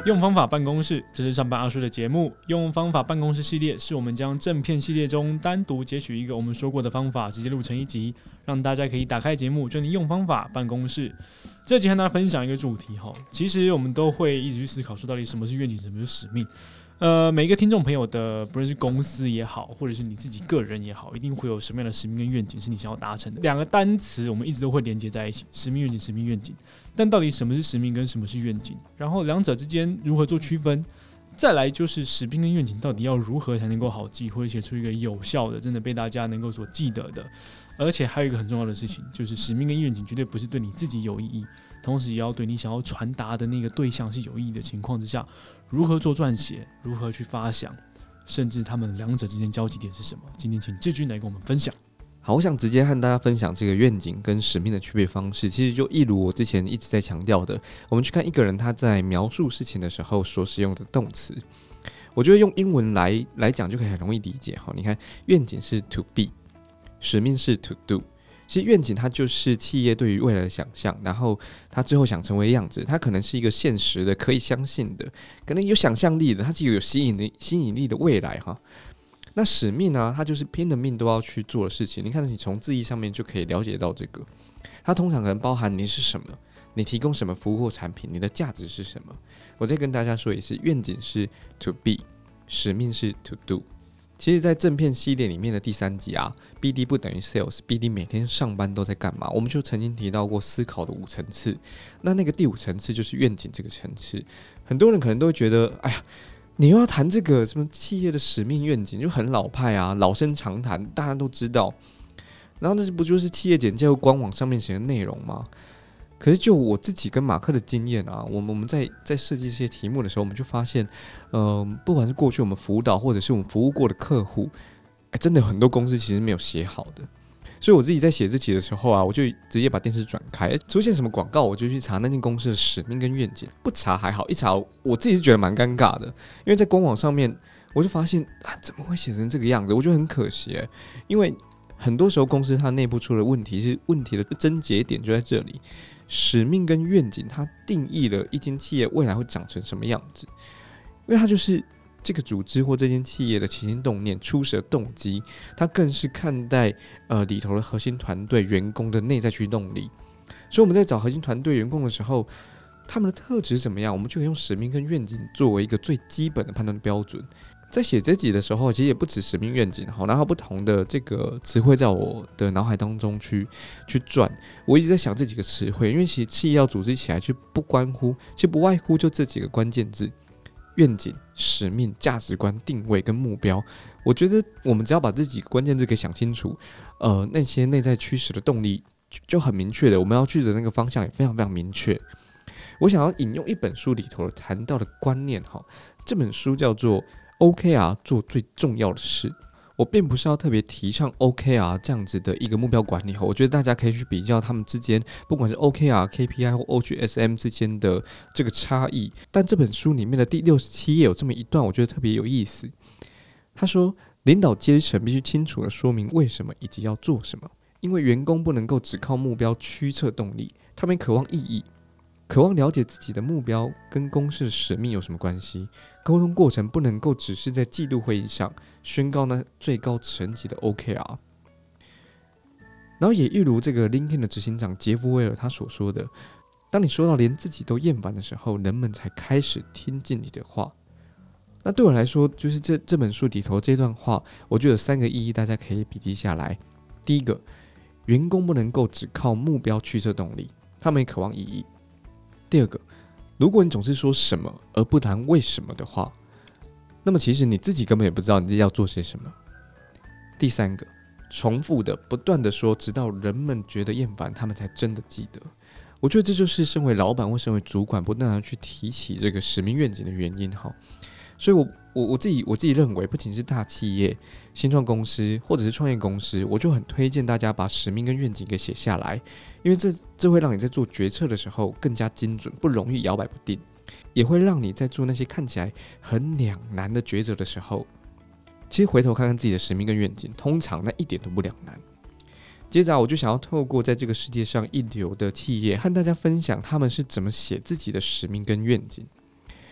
用方法办公室，这是上班阿叔的节目。用方法办公室系列是我们将正片系列中单独截取一个我们说过的方法，直接录成一集，让大家可以打开节目就能用方法办公室。这集和大家分享一个主题，其实我们都会一直去思考说，到底什么是愿景，什么是使命。每个听众朋友的，不论是公司也好，或者是你自己个人也好，一定会有什么样的使命跟愿景是你想要达成的。两个单词我们一直都会连接在一起，使命愿景，使命愿景。但到底什么是使命跟什么是愿景？然后两者之间如何做区分？再来就是使命跟愿景到底要如何才能够好记，或者写出一个有效的，真的被大家能够所记得的。而且还有一个很重要的事情，就是使命跟愿景绝对不是对你自己有意义，同时也要对你想要传达的那个对象是有意义的情况之下，如何做撰写，如何去发想，甚至他们两者之间交集点是什么？今天请志军来跟我们分享。 好，我想直接和大家分享这个愿景跟使命的区别方式。其实就一如我之前一直在强调的，我们去看一个人他在描述事情的时候所使用的动词，我觉得用英文来讲就可以很容易理解。好，你看愿景是 to be， 使命是 to do。其实愿景它就是企业对于未来的想象，然后它最后想成为的样子，它可能是一个现实的、可以相信的、可能有想象力的，它是有吸引力的未来哈。那使命呢？它就是拼了命都要去做的事情。你看，你从字义上面就可以了解到这个。它通常可能包含你是什么，你提供什么服务或产品，你的价值是什么。我再跟大家说一次，愿景是 to be， 使命是 to do。其实，在正片系列里面的第3集啊 ，BD 不等于 Sales，BD 每天上班都在干嘛？我们就曾经提到过思考的5层次。那个第5层次就是愿景这个层次。很多人可能都会觉得，哎呀。你又要谈这个什么企业的使命愿景，就很老派啊，老生常谈，大家都知道。然后那不就是企业简介或官网上面写的内容吗？可是就我自己跟马克的经验啊，我们在设计这些题目的时候，我们就发现，不管是过去我们辅导或者是我们服务过的客户，真的有很多公司其实没有写好的。所以我自己在写这题的时候啊，我就直接把电视转开，出现什么广告我就去查那间公司的使命跟愿景。不查还好，一查我自己是觉得蛮尴尬的，因为在官网上面我就发现怎么会写成这个样子，我觉得很可惜因为很多时候公司它内部出了问题，是问题的症结点就在这里。使命跟愿景它定义了一间企业未来会长成什么样子，因为它就是这个组织或这间企业的起心动念、初始的动机，它更是看待里头的核心团队员工的内在驱动力。所以我们在找核心团队员工的时候，他们的特质怎么样，我们就可以用使命跟愿景作为一个最基本的判断标准。在写这集的时候，其实也不止使命愿景，然后不同的这个词汇在我的脑海当中去转。我一直在想这几个词汇，因为其实企业要组织起来，就不外乎就这几个关键字。愿景、使命、价值观、定位跟目标，我觉得我们只要把这几个关键字给想清楚，那些内在驱使的动力就很明确的，我们要去的那个方向也非常非常明确。我想要引用一本书里头谈到的观念，这本书叫做 OKR 做最重要的事。我并不是要特别提倡 OKR 这样子的一个目标管理，我觉得大家可以去比较他们之间，不管是 OKR、KPI 或 OGSM 之间的这个差异。但这本书里面的第67页有这么一段，我觉得特别有意思。他说，领导阶层必须清楚地说明为什么以及要做什么，因为员工不能够只靠目标驱策动力，他们渴望意义。渴望了解自己的目标跟公司的使命有什么关系？沟通过程不能够只是在季度会议上宣告那最高层级的 OKR。然后也一如这个 LinkedIn 的执行长杰夫威尔他所说的，当你说到连自己都厌烦的时候，人们才开始听进你的话。那对我来说，就是这本书里头这段话，我觉得有3个意义，大家可以笔记下来。第一个，员工不能够只靠目标驱策动力，他们也渴望意义。第二个，如果你总是说什么而不谈为什么的话，那么其实你自己根本也不知道你自己要做些什么。第三个，重复的不断的说，直到人们觉得厌烦，他们才真的记得。我觉得这就是身为老板或身为主管不断地去提起这个使命愿景的原因。所以我自己认为，不仅是大企业、新创公司或者是创业公司，我就很推荐大家把使命跟愿景给写下来，因为这会让你在做决策的时候更加精准，不容易摇摆不定，也会让你在做那些看起来很两难的抉择的时候，其实回头看看自己的使命跟愿景，通常那一点都不两难。接着我就想要透过在这个世界上一流的企业和大家分享他们是怎么写自己的使命跟愿景。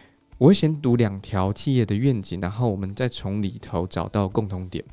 我会先读2条企业的愿景，然后我们再从里头找到共同点。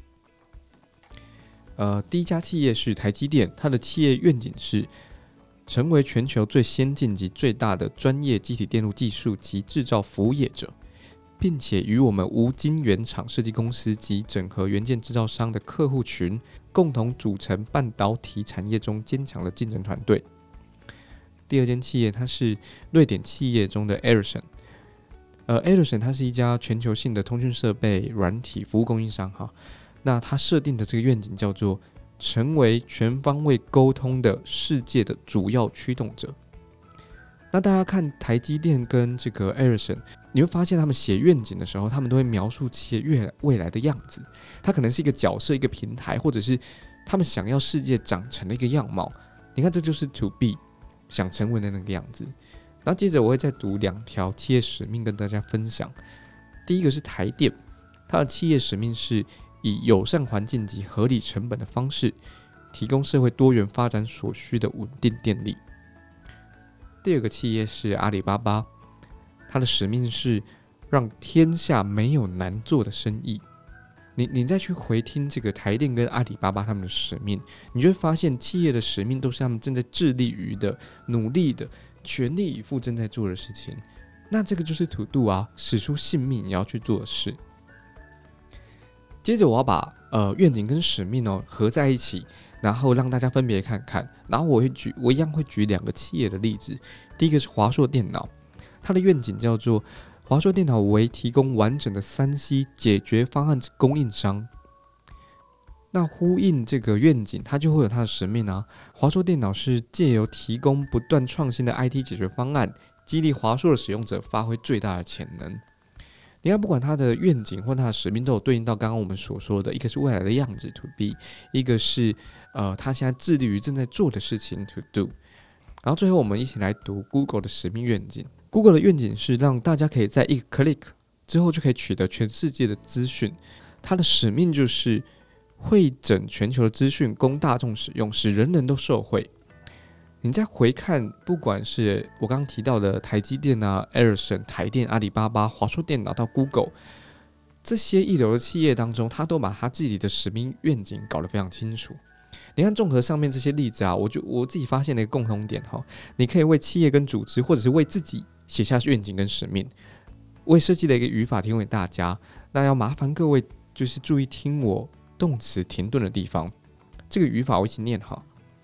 第一家企业是台积电，它的企业愿景是成为全球最先进及最大的专业机体电路技术及制造服务业者，并且与我们无晶圆厂设计公司及整合元件制造商的客户群共同组成半导体产业中坚强的竞争团队。第二间企业它是瑞典企业中的 Ericsson，Ericsson 它是一家全球性的通讯设备软体服务供应商哈。那它设定的这个愿景叫做成为全方位沟通的世界的主要驱动者。那大家看台积电跟这个 Ericsson， 你会发现他们写愿景的时候，他们都会描述企业未来的样子。它可能是一个角色、一个平台，或者是他们想要世界长成的一个样貌。你看，这就是 To be 想成为的那个样子。然后接着我会再读2条企业使命跟大家分享。第一个是台电，它的企业使命是以友善环境及合理成本的方式，提供社会多元发展所需的稳定电力。第二个企业是阿里巴巴，它的使命是让天下没有难做的生意。你再去回听这个台电跟阿里巴巴他们的使命，你就会发现企业的使命都是他们正在致力于的、努力的、全力以赴正在做的事情。那这个就是 To Do 啊，使出性命也要去做的事。接着我要把愿景跟使命合在一起，然后让大家分别看看。然后我一样会举2个企业的例子。第一个是华硕电脑，它的愿景叫做华硕电脑为提供完整的3C 解决方案之供应商。那呼应这个愿景，它就会有它的使命啊。华硕电脑是借由提供不断创新的 IT 解决方案，激励华硕的使用者发挥最大的潜能。你看，不管它的愿景或它的使命，都有对应到刚刚我们所说的，一个是未来的样子 To be， 一个是它现在致力于正在做的事情 To do。然后最后我们一起来读 Google 的使命愿景。Google 的愿景是让大家可以在一个 click 之后就可以取得全世界的资讯。它的使命就是汇整全球的资讯供大众使用，使人人都受惠。你再回看，不管是我刚刚提到的台积电啊、Ericsson、台电、阿里巴巴、华硕电脑到 Google 这些一流的企业当中，他都把他自己的使命愿景搞得非常清楚。你看，综合上面这些例子啊，我自己发现了一个共同点哈，你可以为企业跟组织，或者是为自己写下愿景跟使命。我也设计了一个语法提供给大家，那要麻烦各位就是注意听我动词停顿的地方。这个语法我一起念哈。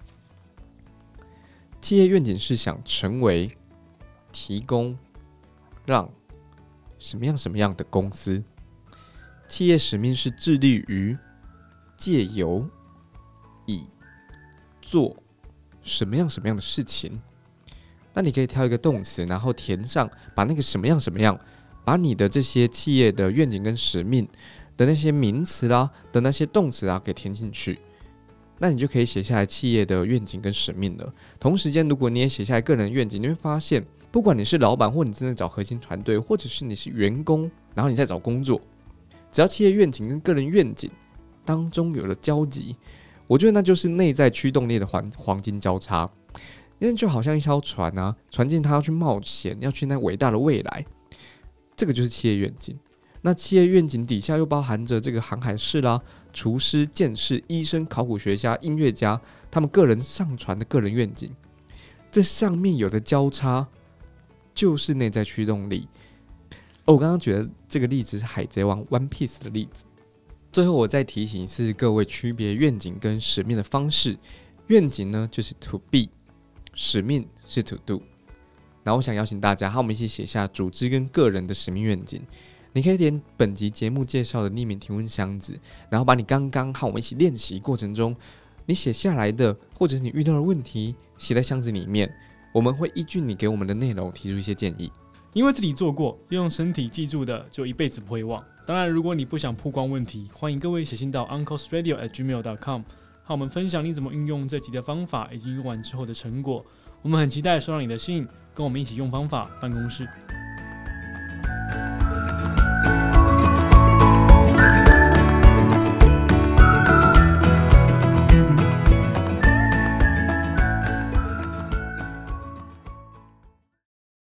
企业愿景是想成为提供让什么样的公司。企业使命是致力于借由以做什么样的事情。那你可以挑一个动词，然后填上，把那个什么样，把你的这些企业的愿景跟使命的那些名词啦的那些动词啊给填进去。那你就可以写下来企业的愿景跟使命了。同时间，如果你也写下来个人愿景，你会发现，不管你是老板，或你正在找核心团队，或者是你是员工，然后你在找工作，只要企业愿景跟个人愿景当中有了交集，我觉得那就是内在驱动力的黄金交叉。因为就好像一艘船啊，船进它要去冒险，要去那伟大的未来，这个就是企业愿景。那企业愿景底下又包含着这个航海士啦、厨师、剑士、医生、考古学家、音乐家，他们个人上传的个人愿景。这上面有的交叉，就是内在驱动力。我刚刚觉得这个例子是海贼王 One Piece 的例子。最后我再提醒一次各位区别愿景跟使命的方式。愿景呢就是 To be， 使命是 To do。然后我想邀请大家和我们一起写下组织跟个人的使命愿景。你可以点本集节目介绍的匿名提问箱子，然后把你刚刚和我们一起练习过程中你写下来的或者是你遇到的问题写在箱子里面，我们会依据你给我们的内容提出一些建议。 因为自己做过，用身体记住的就一辈子不会忘。当然，如果你不想曝光问题，欢迎各位写信到 unclesradio@gmail.com， 和我们分享你怎么运用这集的方法以及用完之后的成果。我们很期待收到你的信，跟我们一起用方法办公室。